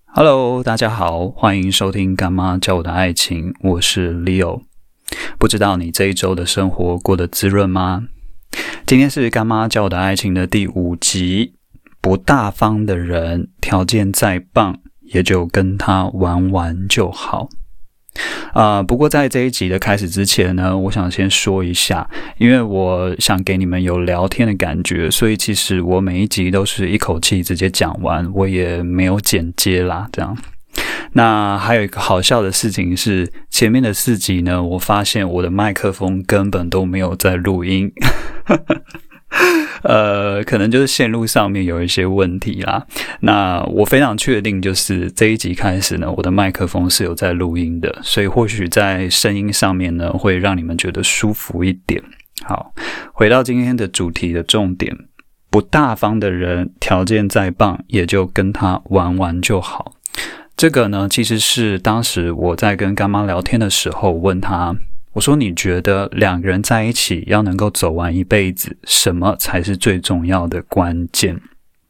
Hello， 大家好，欢迎收听干妈教我的爱情，我是 Leo。不知道你这一周的生活过得滋润吗？今天是干妈教我的爱情的第5集，不大方的人，条件再棒，也就跟他玩玩就好。不过在这一集的开始之前呢，我想先说一下，因为我想给你们有聊天的感觉，所以其实我每一集都是一口气直接讲完，我也没有剪接啦，这样。那还有一个好笑的事情是，前面的4集呢，我发现我的麦克风根本都没有在录音。可能就是线路上面有一些问题啦。那我非常确定，就是这一集开始呢，我的麦克风是有在录音的，所以或许在声音上面呢，会让你们觉得舒服一点。好，回到今天的主题的重点，不大方的人，条件再棒，也就跟他玩玩就好。这个呢，其实是当时我在跟干妈聊天的时候问他，我说你觉得2个人在一起要能够走完一辈子，什么才是最重要的关键？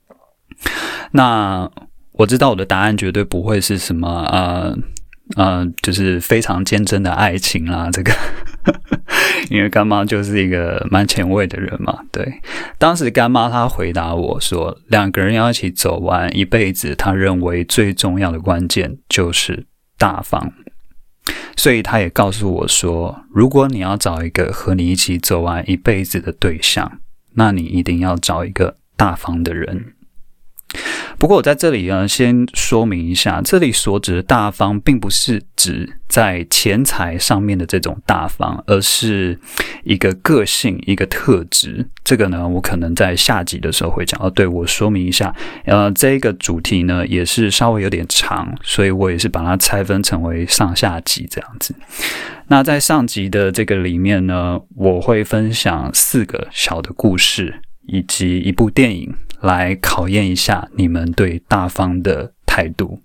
那我知道我的答案绝对不会是什么就是非常坚贞的爱情啦，这个因为干妈就是一个蛮前卫的人嘛。对，当时干妈她回答我说，2个人要一起走完一辈子，她认为最重要的关键就是大方。所以他也告诉我说，如果你要找一个和你一起走完一辈子的对象，那你一定要找一个大方的人。不过我在这里呢，先说明一下，这里所指的大方并不是指在钱财上面的这种大方，而是一个个性，一个特质。这个呢，我可能在下集的时候会讲。对，我说明一下，这个主题呢也是稍微有点长，所以我也是把它拆分成为上下集这样子。那在上集的这个里面呢，我会分享4个小的故事，以及一部电影，来考验一下你们对大方的态度。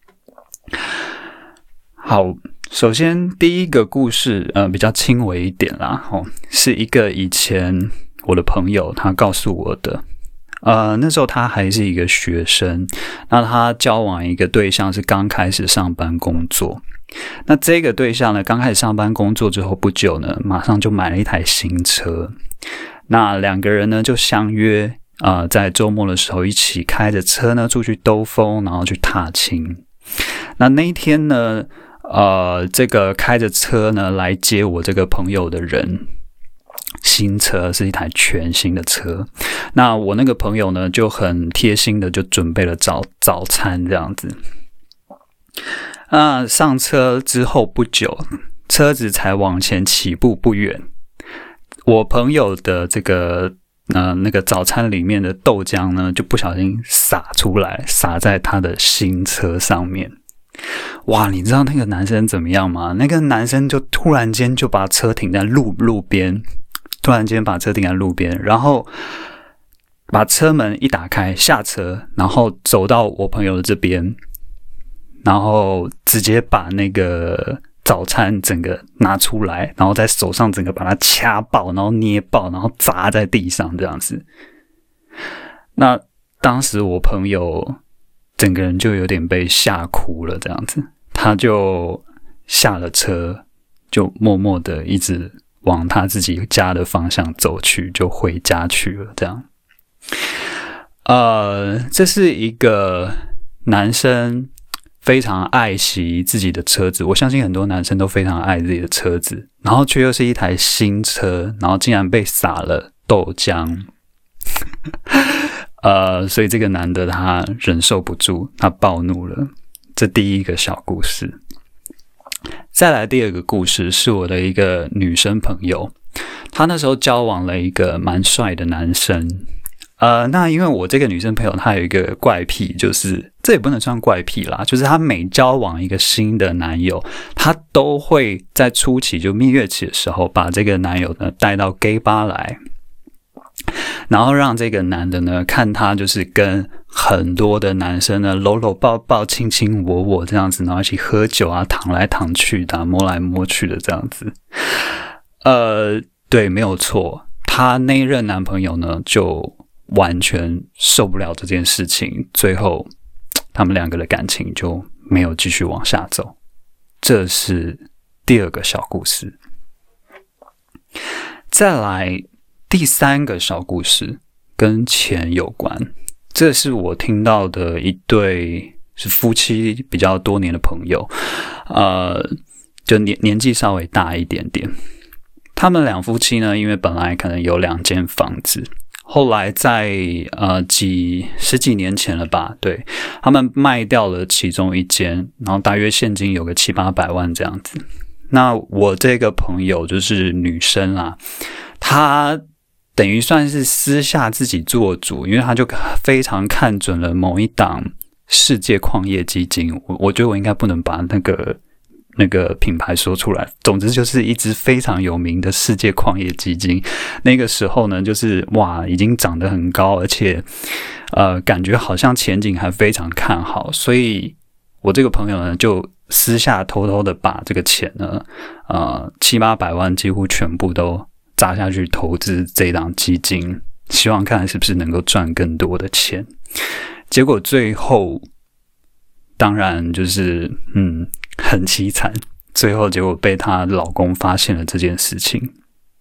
好，首先第一个故事比较轻微一点啦，是一个以前我的朋友他告诉我的。那时候他还是一个学生，那他交往一个对象是刚开始上班工作。那这个对象呢，刚开始上班工作之后不久呢，马上就买了一台新车。那2个人呢就相约在周末的时候一起开着车呢出去兜风，然后去踏青。那一天呢，这个开着车呢来接我这个朋友的人，新车是一台全新的车。那我那个朋友呢就很贴心的就准备了早餐这样子。上车之后不久，车子才往前起步不远，我朋友的这个那个早餐里面的豆浆呢，就不小心洒出来，洒在他的新车上面。哇，你知道那个男生怎么样吗？那个男生就突然间就把车停在路边，然后把车门一打开，下车，然后走到我朋友的这边，然后直接把那个早餐整个拿出来，然后在手上整个把它掐爆，然后捏爆，然后砸在地上这样子。那当时我朋友整个人就有点被吓哭了这样子，他就下了车，就默默的一直往他自己家的方向走去，就回家去了这样。这是一个男生非常爱惜自己的车子，我相信很多男生都非常爱自己的车子，然后却又是一台新车，然后竟然被洒了豆浆。所以这个男的他忍受不住，他暴怒了。这第一个小故事。再来第2个故事是我的一个女生朋友，她那时候交往了一个蛮帅的男生。那因为我这个女生朋友她有一个怪癖，就是这也不能算怪癖啦，就是她每交往一个新的男友，她都会在初期就蜜月期的时候把这个男友呢带到 gay bar 来，然后让这个男的呢看他就是跟很多的男生呢搂搂抱抱亲亲我我这样子，然后一起喝酒啊，躺来躺去的，摸来摸去的这样子。对，没有错，她那一任男朋友呢就完全受不了这件事情，最后他们两个的感情就没有继续往下走。这是第二个小故事。再来第三个小故事跟钱有关，这是我听到的一对是夫妻比较多年的朋友，就年纪稍微大一点点。他们两夫妻呢，因为本来可能有2间房子，后来在十几年前了吧，对，他们卖掉了其中一间，然后大约现金有个700-800万这样子。那我这个朋友就是女生啦，她等于算是私下自己做主，因为她就非常看准了某一档世界矿业基金，我觉得我应该不能把那个品牌说出来，总之就是一支非常有名的世界矿业基金。那个时候呢，就是哇，已经涨得很高，而且感觉好像前景还非常看好，所以我这个朋友呢，就私下偷偷的把这个钱呢，700-800万几乎全部都砸下去投资这一档基金，希望看是不是能够赚更多的钱。结果最后当然就是很凄惨，最后结果被她老公发现了这件事情。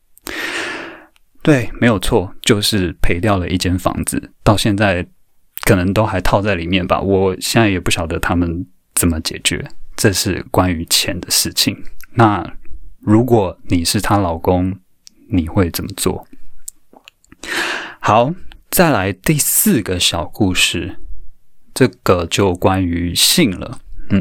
对，没有错，就是赔掉了一间房子，到现在可能都还套在里面吧，我现在也不晓得他们怎么解决。这是关于钱的事情。那如果你是她老公，你会怎么做？好，再来第4个小故事，这个就关于性了。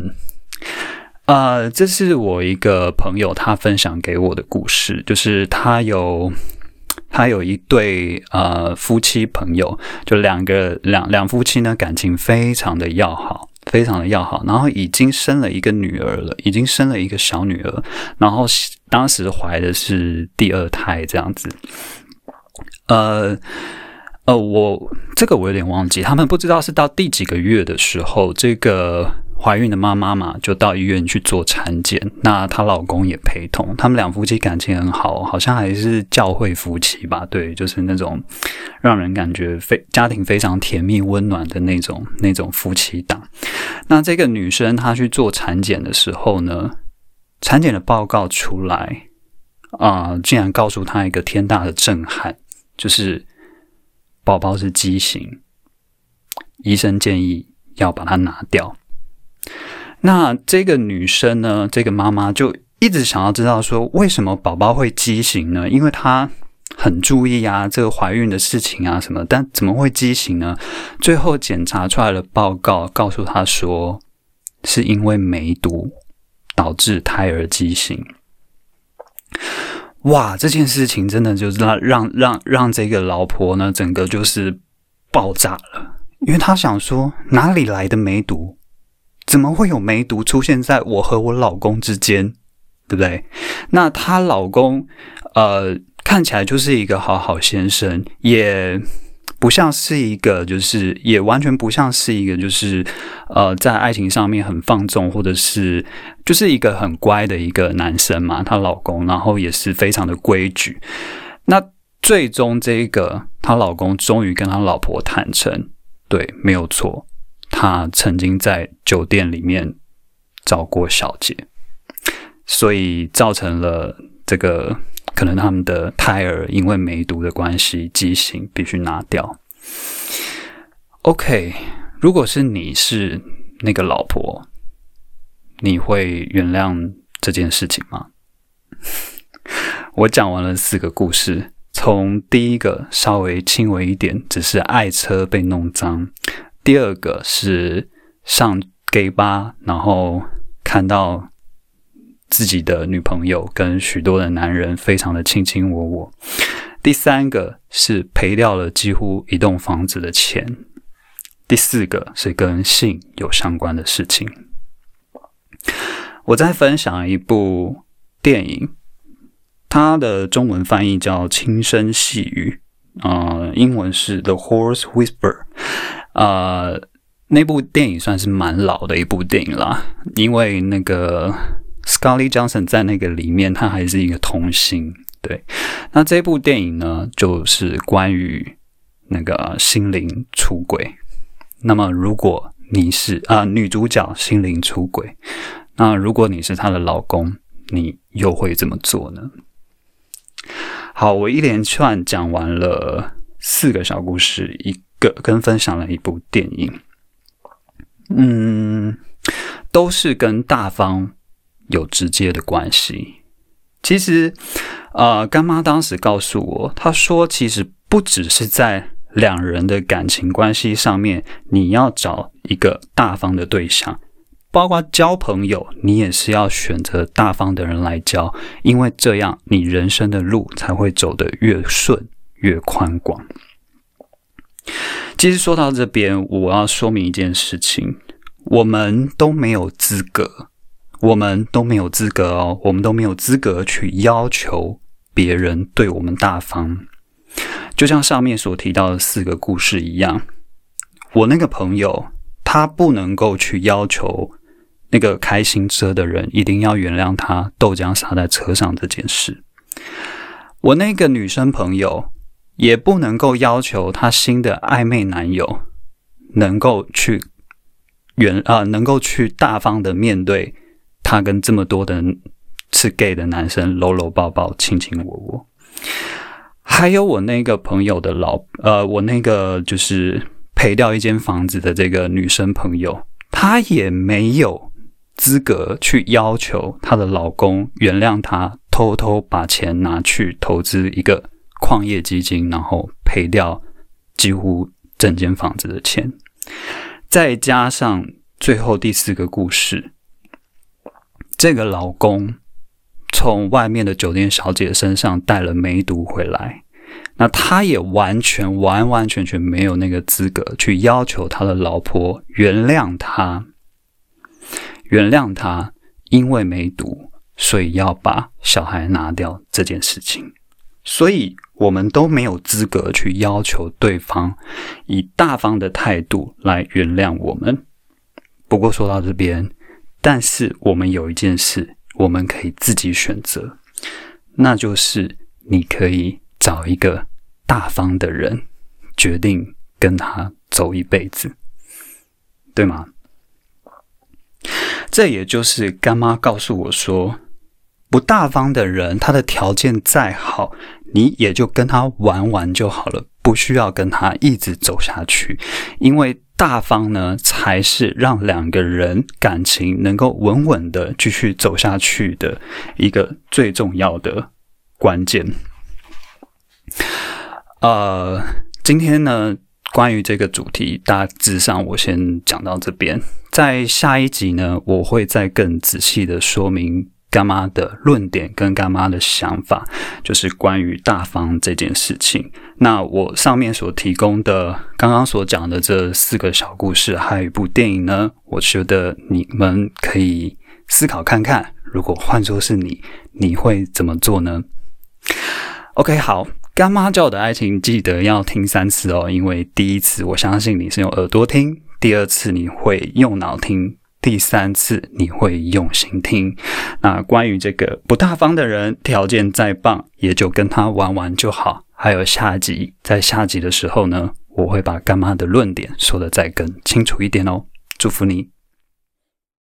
这是我一个朋友他分享给我的故事，就是他有一对夫妻朋友，就两夫妻呢感情非常的要好，非常的要好，然后已经生了一个女儿了，已经生了一个小女儿，然后当时怀的是第2胎这样子。我有点忘记，他们不知道是到第几个月的时候，这个怀孕的妈妈嘛，就到医院去做产检，那她老公也陪同，他们两夫妻感情很好，好像还是教会夫妻吧，对，就是那种让人感觉家庭非常甜蜜温暖的那种夫妻档。那这个女生她去做产检的时候呢，产检的报告出来竟然告诉她一个天大的震撼，就是宝宝是畸形，医生建议要把它拿掉。那这个女生呢，这个妈妈就一直想要知道说，为什么宝宝会畸形呢？因为她很注意这个怀孕的事情什么，但怎么会畸形呢？最后检查出来的报告告诉她说，是因为梅毒导致胎儿畸形。哇，这件事情真的就是让这个老婆呢，整个就是爆炸了，因为她想说，哪里来的梅毒？怎么会有梅毒出现在我和我老公之间，对不对？那她老公看起来就是一个好先生，也不像是一个也完全不像是一个在爱情上面很放纵，或者是就是一个很乖的一个男生嘛，她老公，然后也是非常的规矩。那最终她老公终于跟她老婆坦诚，对，没有错，他曾经在酒店里面找过小姐，所以造成了这个可能他们的胎儿因为梅毒的关系畸形，必须拿掉。OK， 如果是你是那个老婆，你会原谅这件事情吗？我讲完了4个故事，从第一个稍微轻微一点，只是爱车被弄脏，第2个是上 gay 吧，然后看到自己的女朋友跟许多的男人非常的卿卿我我，第3个是赔掉了几乎一栋房子的钱，第4个是跟性有相关的事情。我再分享一部电影，它的中文翻译叫轻声细语，英文是 The Horse Whisper。那部电影算是蛮老的一部电影啦，因为那个 Scarlett Johansson 在那个里面他还是一个童星。对，那这部电影呢，就是关于那个心灵出轨。那么如果你是女主角心灵出轨，那如果你是她的老公，你又会怎么做呢？好，我一连串讲完了4个小故事，跟分享了一部电影，都是跟大方有直接的关系。其实干妈当时告诉我，她说其实不只是在两人的感情关系上面，你要找一个大方的对象，包括交朋友，你也是要选择大方的人来交，因为这样你人生的路才会走得越顺越宽广。其实说到这边，我要说明一件事情，我们都没有资格我们都没有资格去要求别人对我们大方。就像上面所提到的4个故事一样，我那个朋友他不能够去要求那个开新车的人一定要原谅他豆浆洒在车上这件事，我那个女生朋友也不能够要求她新的暧昧男友能够去大方的面对他跟这么多的是 gay 的男生搂搂抱抱亲亲我我。还有我那个朋友的我那个就是赔掉一间房子的这个女生朋友，她也没有资格去要求她的老公原谅她偷偷把钱拿去投资一个矿业基金，然后赔掉几乎整间房子的钱。再加上最后第4个故事，这个老公从外面的酒店小姐身上带了梅毒回来，那他也完全没有那个资格去要求他的老婆原谅他因为梅毒所以要把小孩拿掉这件事情。所以我们都没有资格去要求对方以大方的态度来原谅我们。不过说到这边，但是我们有一件事我们可以自己选择，那就是你可以找一个大方的人，决定跟他走一辈子，对吗？这也就是干妈告诉我说，不大方的人，他的条件再好，你也就跟他玩玩就好了，不需要跟他一直走下去。因为大方呢，才是让两个人感情能够稳稳的继续走下去的一个最重要的关键。今天呢，关于这个主题大致上我先讲到这边，在下一集呢，我会再更仔细的说明干妈的论点跟干妈的想法，就是关于大方这件事情。那我上面所提供的刚刚所讲的这4个小故事还有一部电影呢，我觉得你们可以思考看看，如果换作是你会怎么做呢？ OK， 好，干妈教的爱情记得要听3次哦，因为第1次我相信你是用耳朵听，第2次你会用脑听，第3次你会用心听。那关于这个不大方的人，条件再棒也就跟他玩玩就好。还有在下集的时候呢，我会把干妈的论点说得再更清楚一点哦。祝福你。